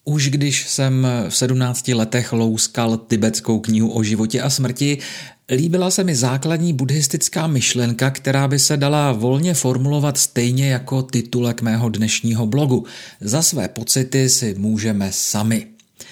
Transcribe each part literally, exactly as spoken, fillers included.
Už když jsem v sedmnácti letech louskal tibetskou knihu o životě a smrti, líbila se mi základní buddhistická myšlenka, která by se dala volně formulovat stejně jako titulek mého dnešního blogu. Za své pocity si můžeme sami.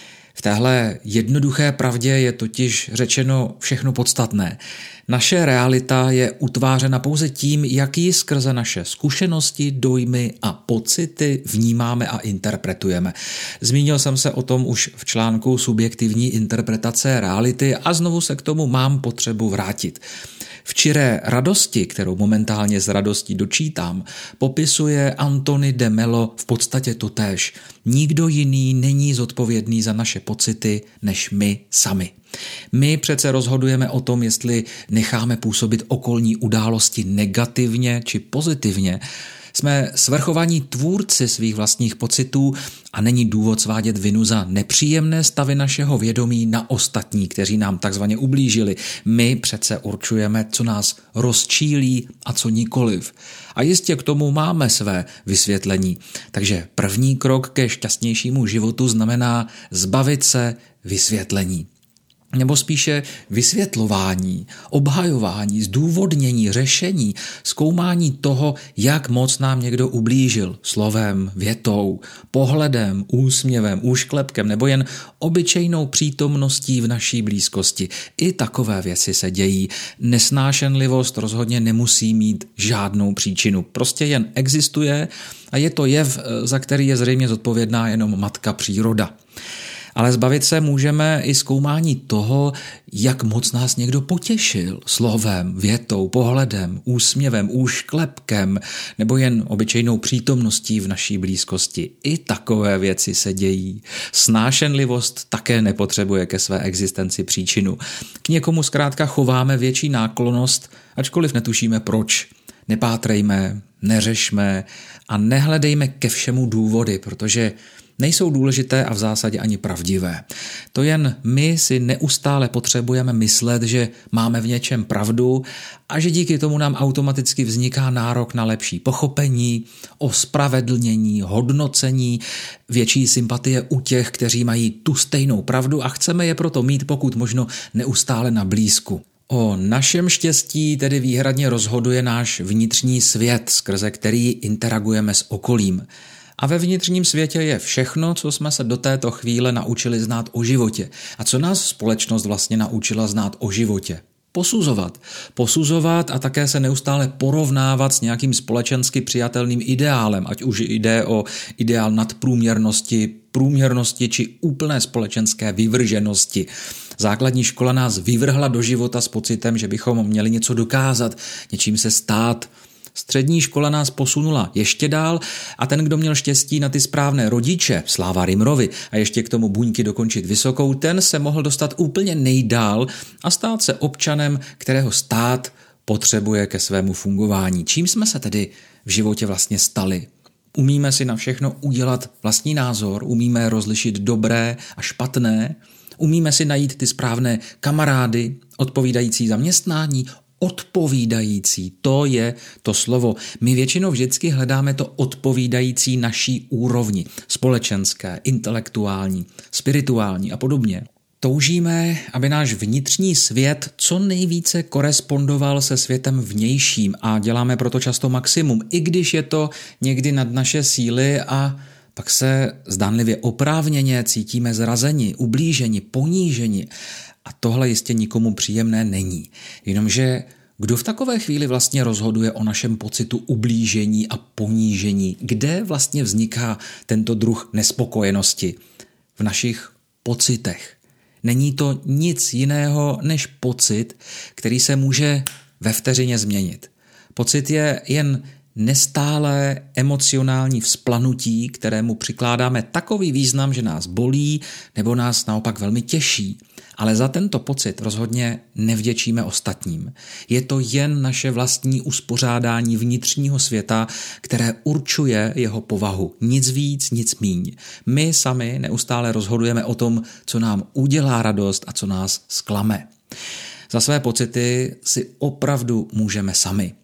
V téhle jednoduché pravdě je totiž řečeno všechno podstatné. Naše realita je utvářena pouze tím, jak ji skrze naše zkušenosti, dojmy a pocity vnímáme a interpretujeme. Zmínil jsem se o tom už v článku Subjektivní interpretace reality a znovu se k tomu mám potřebu vrátit. V čiré radosti, kterou momentálně s radostí dočítám, popisuje Anthony de Mello v podstatě totéž. Nikdo jiný není zodpovědný za naše pocity než my sami. My přece rozhodujeme o tom, jestli necháme působit okolní události negativně či pozitivně. Jsme svrchovaní tvůrci svých vlastních pocitů a není důvod svádět vinu za nepříjemné stavy našeho vědomí na ostatní, kteří nám takzvaně ublížili. My přece určujeme, co nás rozčílí a co nikoliv. A jistě k tomu máme své vysvětlení. Takže první krok ke šťastnějšímu životu znamená zbavit se vysvětlení. Nebo spíše vysvětlování, obhajování, zdůvodnění, řešení, zkoumání toho, jak moc nám někdo ublížil slovem, větou, pohledem, úsměvem, úšklepkem nebo jen obyčejnou přítomností v naší blízkosti. I takové věci se dějí. Nesnášenlivost rozhodně nemusí mít žádnou příčinu. Prostě jen existuje a je to jev, za který je zřejmě zodpovědná jenom matka příroda. Ale zbavit se můžeme i zkoumání toho, jak moc nás někdo potěšil slovem, větou, pohledem, úsměvem, úšklepkem nebo jen obyčejnou přítomností v naší blízkosti. I takové věci se dějí. Snášenlivost také nepotřebuje ke své existenci příčinu. K někomu zkrátka chováme větší náklonnost, ačkoliv netušíme proč. Nepátrejme, neřešme a nehledejme ke všemu důvody, protože nejsou důležité a v zásadě ani pravdivé. To jen my si neustále potřebujeme myslet, že máme v něčem pravdu a že díky tomu nám automaticky vzniká nárok na lepší pochopení, ospravedlnění, hodnocení, větší sympatie u těch, kteří mají tu stejnou pravdu a chceme je proto mít pokud možno neustále na blízku. O našem štěstí tedy výhradně rozhoduje náš vnitřní svět, skrze který interagujeme s okolím. A ve vnitřním světě je všechno, co jsme se do této chvíle naučili znát o životě. A co nás společnost vlastně naučila znát o životě? Posuzovat. Posuzovat a také se neustále porovnávat s nějakým společensky přijatelným ideálem, ať už jde o ideál nadprůměrnosti, průměrnosti či úplné společenské vyvrženosti. Základní škola nás vyvrhla do života s pocitem, že bychom měli něco dokázat, něčím se stát. Střední škola nás posunula ještě dál a ten, kdo měl štěstí na ty správné rodiče, sláva Rimrovi, a ještě k tomu buňky dokončit vysokou, ten se mohl dostat úplně nejdál a stát se občanem, kterého stát potřebuje ke svému fungování. Čím jsme se tedy v životě vlastně stali? Umíme si na všechno udělat vlastní názor, umíme rozlišit dobré a špatné, umíme si najít ty správné kamarády, odpovídající zaměstnání, odpovídající, to je to slovo. My většinou vždycky hledáme to odpovídající naší úrovni, společenské, intelektuální, spirituální a podobně. Toužíme, aby náš vnitřní svět co nejvíce korespondoval se světem vnějším a děláme proto často maximum, i když je to někdy nad naše síly a pak se zdánlivě oprávněně cítíme zrazeni, ublíženi, poníženi. A tohle jistě nikomu příjemné není. Jenomže kdo v takové chvíli vlastně rozhoduje o našem pocitu ublížení a ponížení? Kde vlastně vzniká tento druh nespokojenosti? V našich pocitech. Není to nic jiného než pocit, který se může ve vteřině změnit. Pocit je jen nestálé emocionální vzplanutí, kterému přikládáme takový význam, že nás bolí nebo nás naopak velmi těší. Ale za tento pocit rozhodně nevděčíme ostatním. Je to jen naše vlastní uspořádání vnitřního světa, které určuje jeho povahu. Nic víc, nic míň. My sami neustále rozhodujeme o tom, co nám udělá radost a co nás zklame. Za své pocity si opravdu můžeme sami.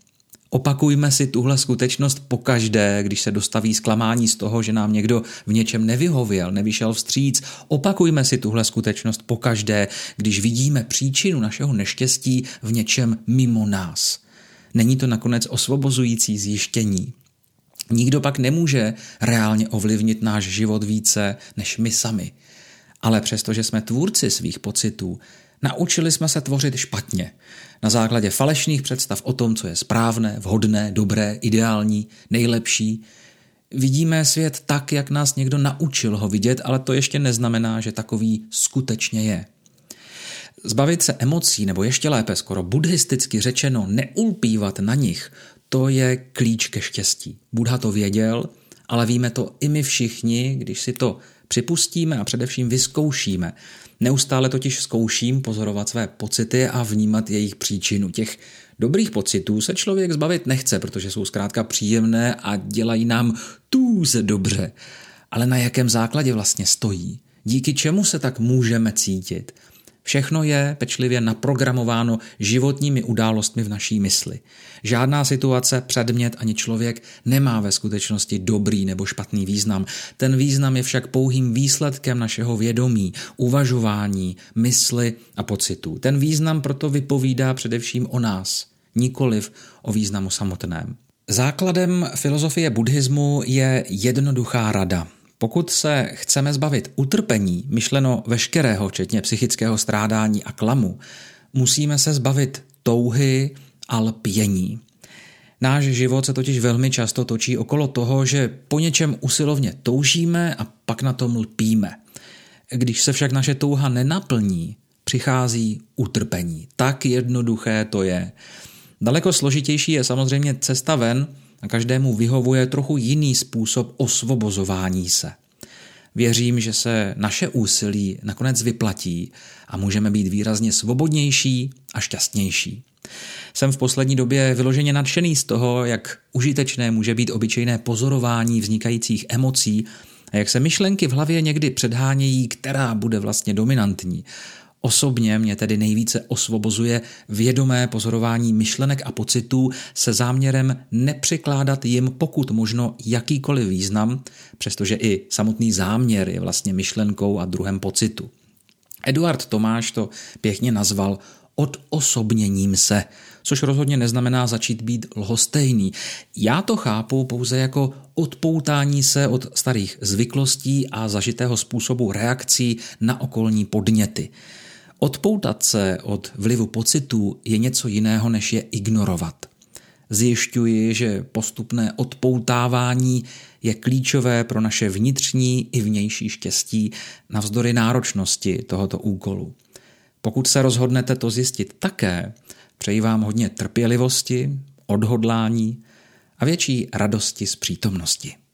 Opakujme si tuhle skutečnost pokaždé, když se dostaví zklamání z toho, že nám někdo v něčem nevyhověl, nevyšel vstříc. Opakujme si tuhle skutečnost pokaždé, když vidíme příčinu našeho neštěstí v něčem mimo nás. Není to nakonec osvobozující zjištění. Nikdo pak nemůže reálně ovlivnit náš život více než my sami. Ale přestože jsme tvůrci svých pocitů, naučili jsme se tvořit špatně, na základě falešných představ o tom, co je správné, vhodné, dobré, ideální, nejlepší. Vidíme svět tak, jak nás někdo naučil ho vidět, ale to ještě neznamená, že takový skutečně je. Zbavit se emocí, nebo ještě lépe skoro buddhisticky řečeno neulpívat na nich, to je klíč ke štěstí. Buddha to věděl, ale víme to i my všichni, když si to připustíme a především vyzkoušíme. Neustále totiž zkouším pozorovat své pocity a vnímat jejich příčinu. Těch dobrých pocitů se člověk zbavit nechce, protože jsou zkrátka příjemné a dělají nám tůze dobře. Ale na jakém základě vlastně stojí? Díky čemu se tak můžeme cítit? Všechno je pečlivě naprogramováno životními událostmi v naší mysli. Žádná situace, předmět ani člověk nemá ve skutečnosti dobrý nebo špatný význam. Ten význam je však pouhým výsledkem našeho vědomí, uvažování, mysli a pocitů. Ten význam proto vypovídá především o nás, nikoliv o významu samotném. Základem filozofie buddhismu je jednoduchá rada. Pokud se chceme zbavit utrpení, myšleno veškerého, včetně psychického strádání a klamu, musíme se zbavit touhy a lpění. Náš život se totiž velmi často točí okolo toho, že po něčem usilovně toužíme a pak na tom lpíme. Když se však naše touha nenaplní, přichází utrpení. Tak jednoduché to je. Daleko složitější je samozřejmě cesta ven, a každému vyhovuje trochu jiný způsob osvobozování se. Věřím, že se naše úsilí nakonec vyplatí a můžeme být výrazně svobodnější a šťastnější. Jsem v poslední době vyloženě nadšený z toho, jak užitečné může být obyčejné pozorování vznikajících emocí a jak se myšlenky v hlavě někdy předhánějí, která bude vlastně dominantní. Osobně mě tedy nejvíce osvobozuje vědomé pozorování myšlenek a pocitů se záměrem nepřikládat jim pokud možno jakýkoliv význam, přestože i samotný záměr je vlastně myšlenkou a druhem pocitu. Eduard Tomáš to pěkně nazval odosobněním se, což rozhodně neznamená začít být lhostejný. Já to chápu pouze jako odpoutání se od starých zvyklostí a zažitého způsobu reakcí na okolní podněty. Odpoutat se od vlivu pocitů je něco jiného, než je ignorovat. Zjišťuji, že postupné odpoutávání je klíčové pro naše vnitřní i vnější štěstí navzdory náročnosti tohoto úkolu. Pokud se rozhodnete to zjistit také, přeji vám hodně trpělivosti, odhodlání a větší radosti z přítomnosti.